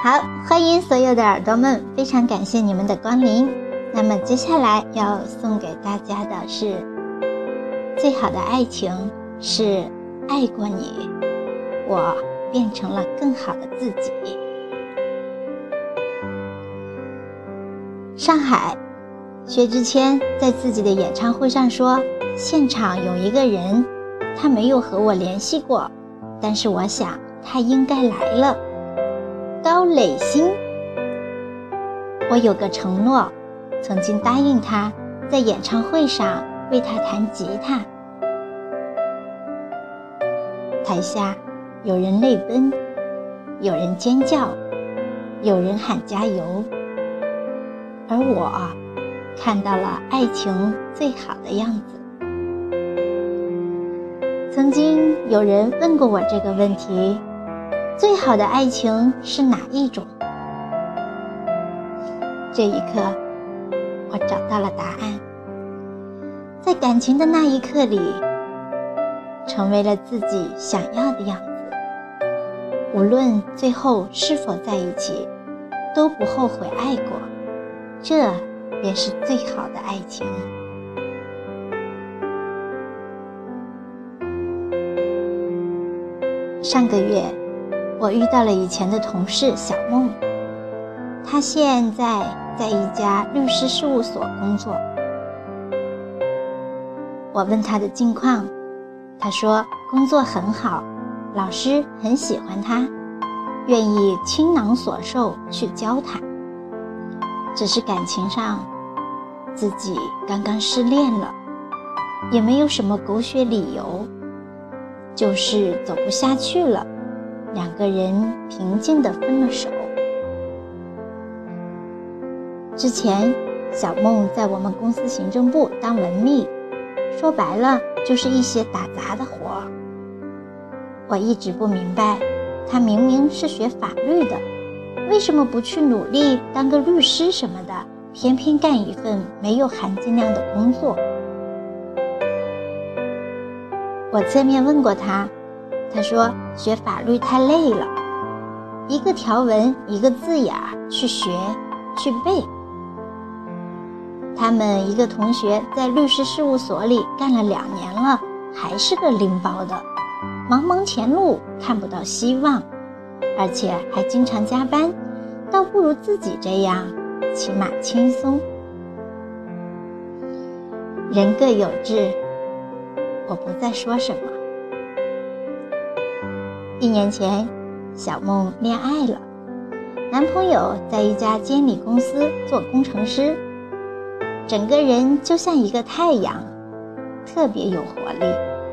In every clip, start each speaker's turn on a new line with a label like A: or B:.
A: 好，欢迎所有的耳朵们，非常感谢你们的光临。那么接下来要送给大家的是，最好的爱情是爱过你，我变成了更好的自己。上海，薛之谦在自己的演唱会上说，现场有一个人，他没有和我联系过，但是我想他应该来了。高磊鑫，我有个承诺，曾经答应他在演唱会上为他弹吉他。台下有人泪奔，有人尖叫，有人喊加油，而我看到了爱情最好的样子。曾经有人问过我这个问题，最好的爱情是哪一种？这一刻，我找到了答案。在感情的那一刻里，成为了自己想要的样子。无论最后是否在一起，都不后悔爱过，这便是最好的爱情。上个月，我遇到了以前的同事小梦，她现在在一家律师事务所工作。我问她的近况，她说工作很好，老师很喜欢她，愿意倾囊所授去教她。只是感情上，自己刚刚失恋了，也没有什么狗血理由，就是走不下去了，两个人平静地分了手。之前小梦在我们公司行政部当文秘，说白了就是一些打杂的活。我一直不明白，她明明是学法律的，为什么不去努力当个律师什么的，偏偏干一份没有含金量的工作。我侧面问过她，她说学法律太累了，一个条文一个字眼去学去背。他们一个同学在律师事务所里干了2年了，还是个拎包的，茫茫前路看不到希望，而且还经常加班，倒不如自己这样，起码轻松。人各有志，我不再说什么。1年前，小梦恋爱了，男朋友在一家监理公司做工程师，整个人就像一个太阳，特别有活力。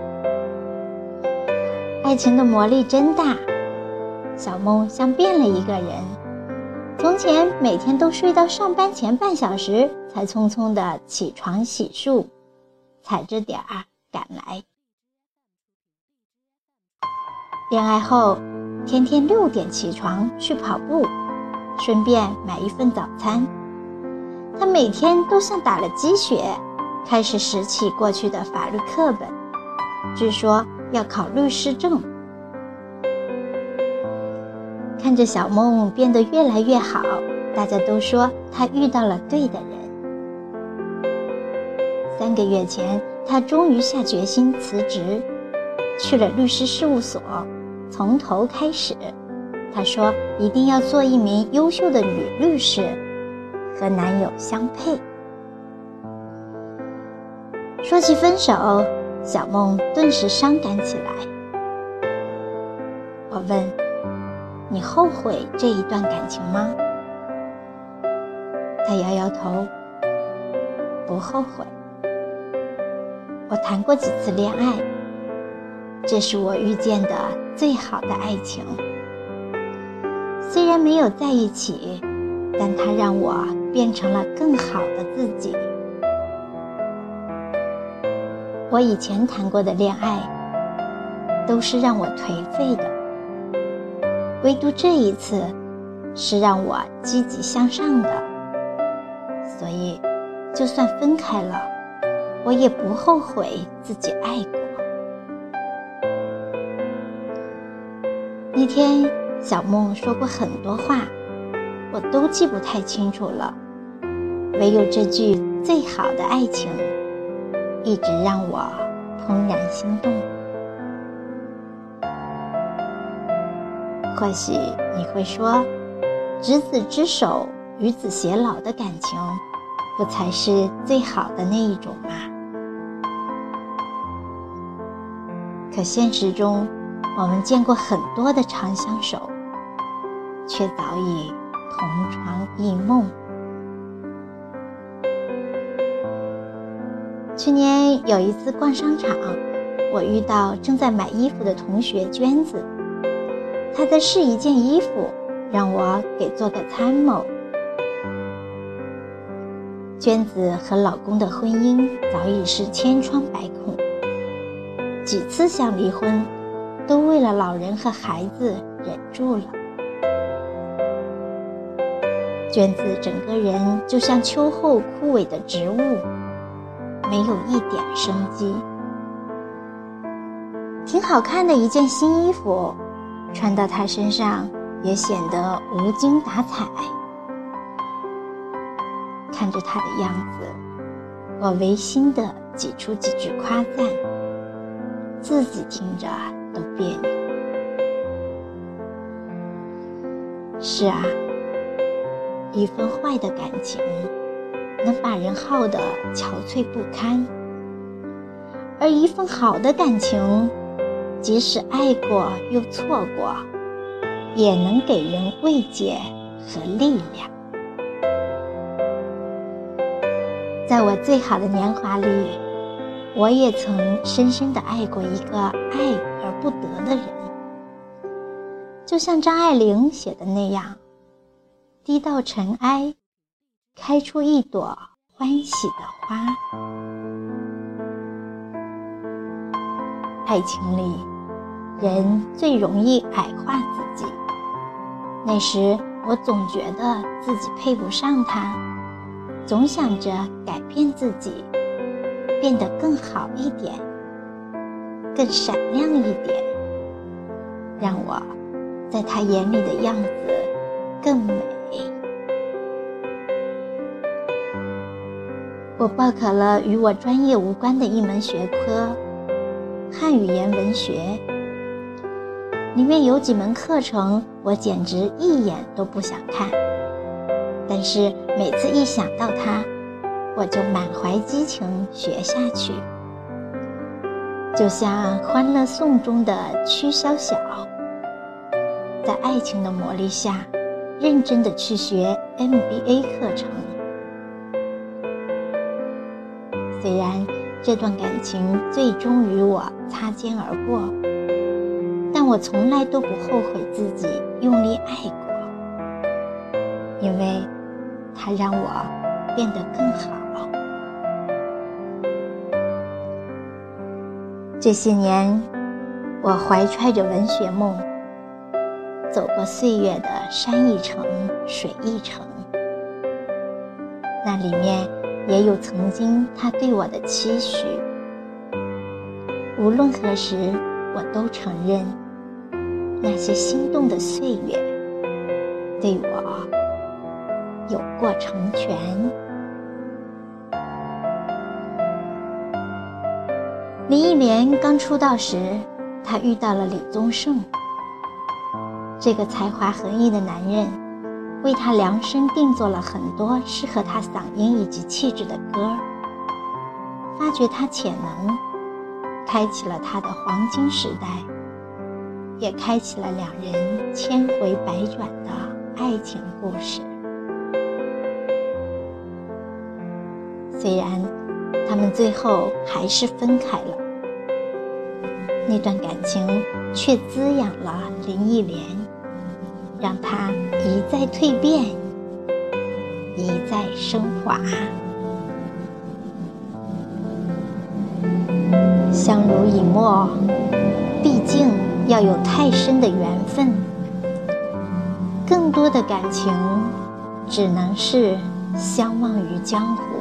A: 爱情的魔力真大，小梦像变了一个人。从前每天都睡到上班前半小时才匆匆地起床洗漱，踩着点儿赶来。恋爱后，天天6点起床去跑步，顺便买一份早餐。他每天都像打了鸡血，开始拾起过去的法律课本，据说要考律师证。看着小梦变得越来越好，大家都说她遇到了对的人。3个月前，她终于下决心辞职，去了律师事务所，从头开始。她说一定要做一名优秀的女律师，和男友相配。说起分手，小梦顿时伤感起来。我问，你后悔这一段感情吗？她摇摇头，不后悔。我谈过几次恋爱，这是我遇见的最好的爱情。虽然没有在一起，但它让我变成了更好的自己。我以前谈过的恋爱，都是让我颓废的，唯独这一次，是让我积极向上的。所以，就算分开了，我也不后悔自己爱过。那天，小梦说过很多话， 我都记不太清楚了，唯有这句最好的爱情一直让我怦然心动。或许你会说，执子之手，与子偕老的感情，不才是最好的那一种吗？可现实中，我们见过很多的长相守，却早已同床异梦。去年有一次逛商场，我遇到正在买衣服的同学娟子，她在试一件衣服，让我给做个参谋。娟子和老公的婚姻早已是千疮百孔，几次想离婚，都为了老人和孩子忍住了。娟子整个人就像秋后枯萎的植物，没有一点生机。挺好看的一件新衣服，穿到她身上也显得无精打采。看着她的样子，我违心地挤出几句夸赞，自己听着都别扭。是啊，一份坏的感情能把人耗得憔悴不堪，而一份好的感情，即使爱过又错过，也能给人慰藉和力量。在我最好的年华里，我也曾深深地爱过一个爱而不得的人，就像张爱玲写的那样，低到尘埃，开出一朵欢喜的花。爱情里，人最容易矮化自己，那时我总觉得自己配不上他，总想着改变自己，变得更好一点，更闪亮一点，让我在他眼里的样子更美。我报考了与我专业无关的一门学科，汉语言文学，里面有几门课程我简直一眼都不想看，但是每次一想到它，我就满怀激情学下去，就像《欢乐颂》中的曲筱绡，在爱情的磨砺下，认真地去学 MBA 课程。虽然这段感情最终与我擦肩而过，但我从来都不后悔自己用力爱过，因为它让我变得更好。这些年，我怀揣着文学梦，走过岁月的山一程水一程，那里面也有曾经他对我的期许。无论何时，我都承认，那些心动的岁月对我有过成全。林忆莲刚出道时，她遇到了李宗盛，这个才华横溢的男人为她量身定做了很多适合她嗓音以及气质的歌，发掘她潜能，开启了她的黄金时代，也开启了两人千回百转的爱情故事。虽然他们最后还是分开了，那段感情却滋养了林忆莲，让她一再蜕变，一再升华。相濡以沫，毕竟要有太深的缘分，更多的感情只能是相忘于江湖。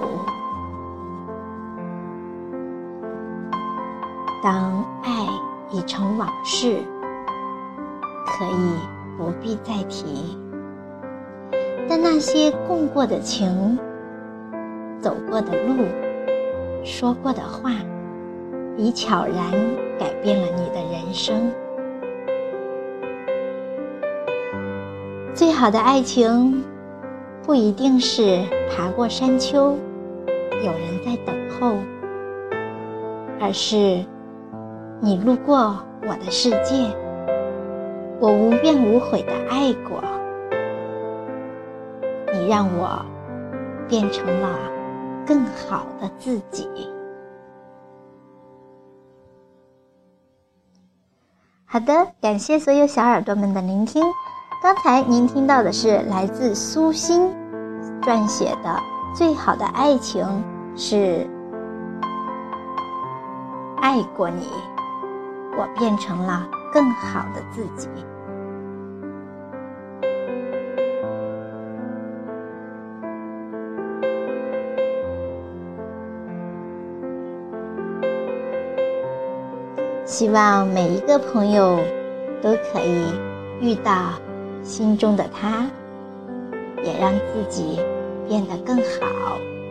A: 当爱已成往事，可以不必再提， 但那些共过的情，走过的路，说过的话，已悄然改变了你的人生。最好的爱情，不一定是爬过山丘，有人在等候，而是你路过我的世界，我无怨无悔地爱过，你让我变成了更好的自己。好的，感谢所有小耳朵们的聆听。刚才您听到的是来自苏欣撰写的《最好的爱情是爱过你，我变成了更好的自己》。希望每一个朋友都可以遇到心中的他，也让自己变得更好。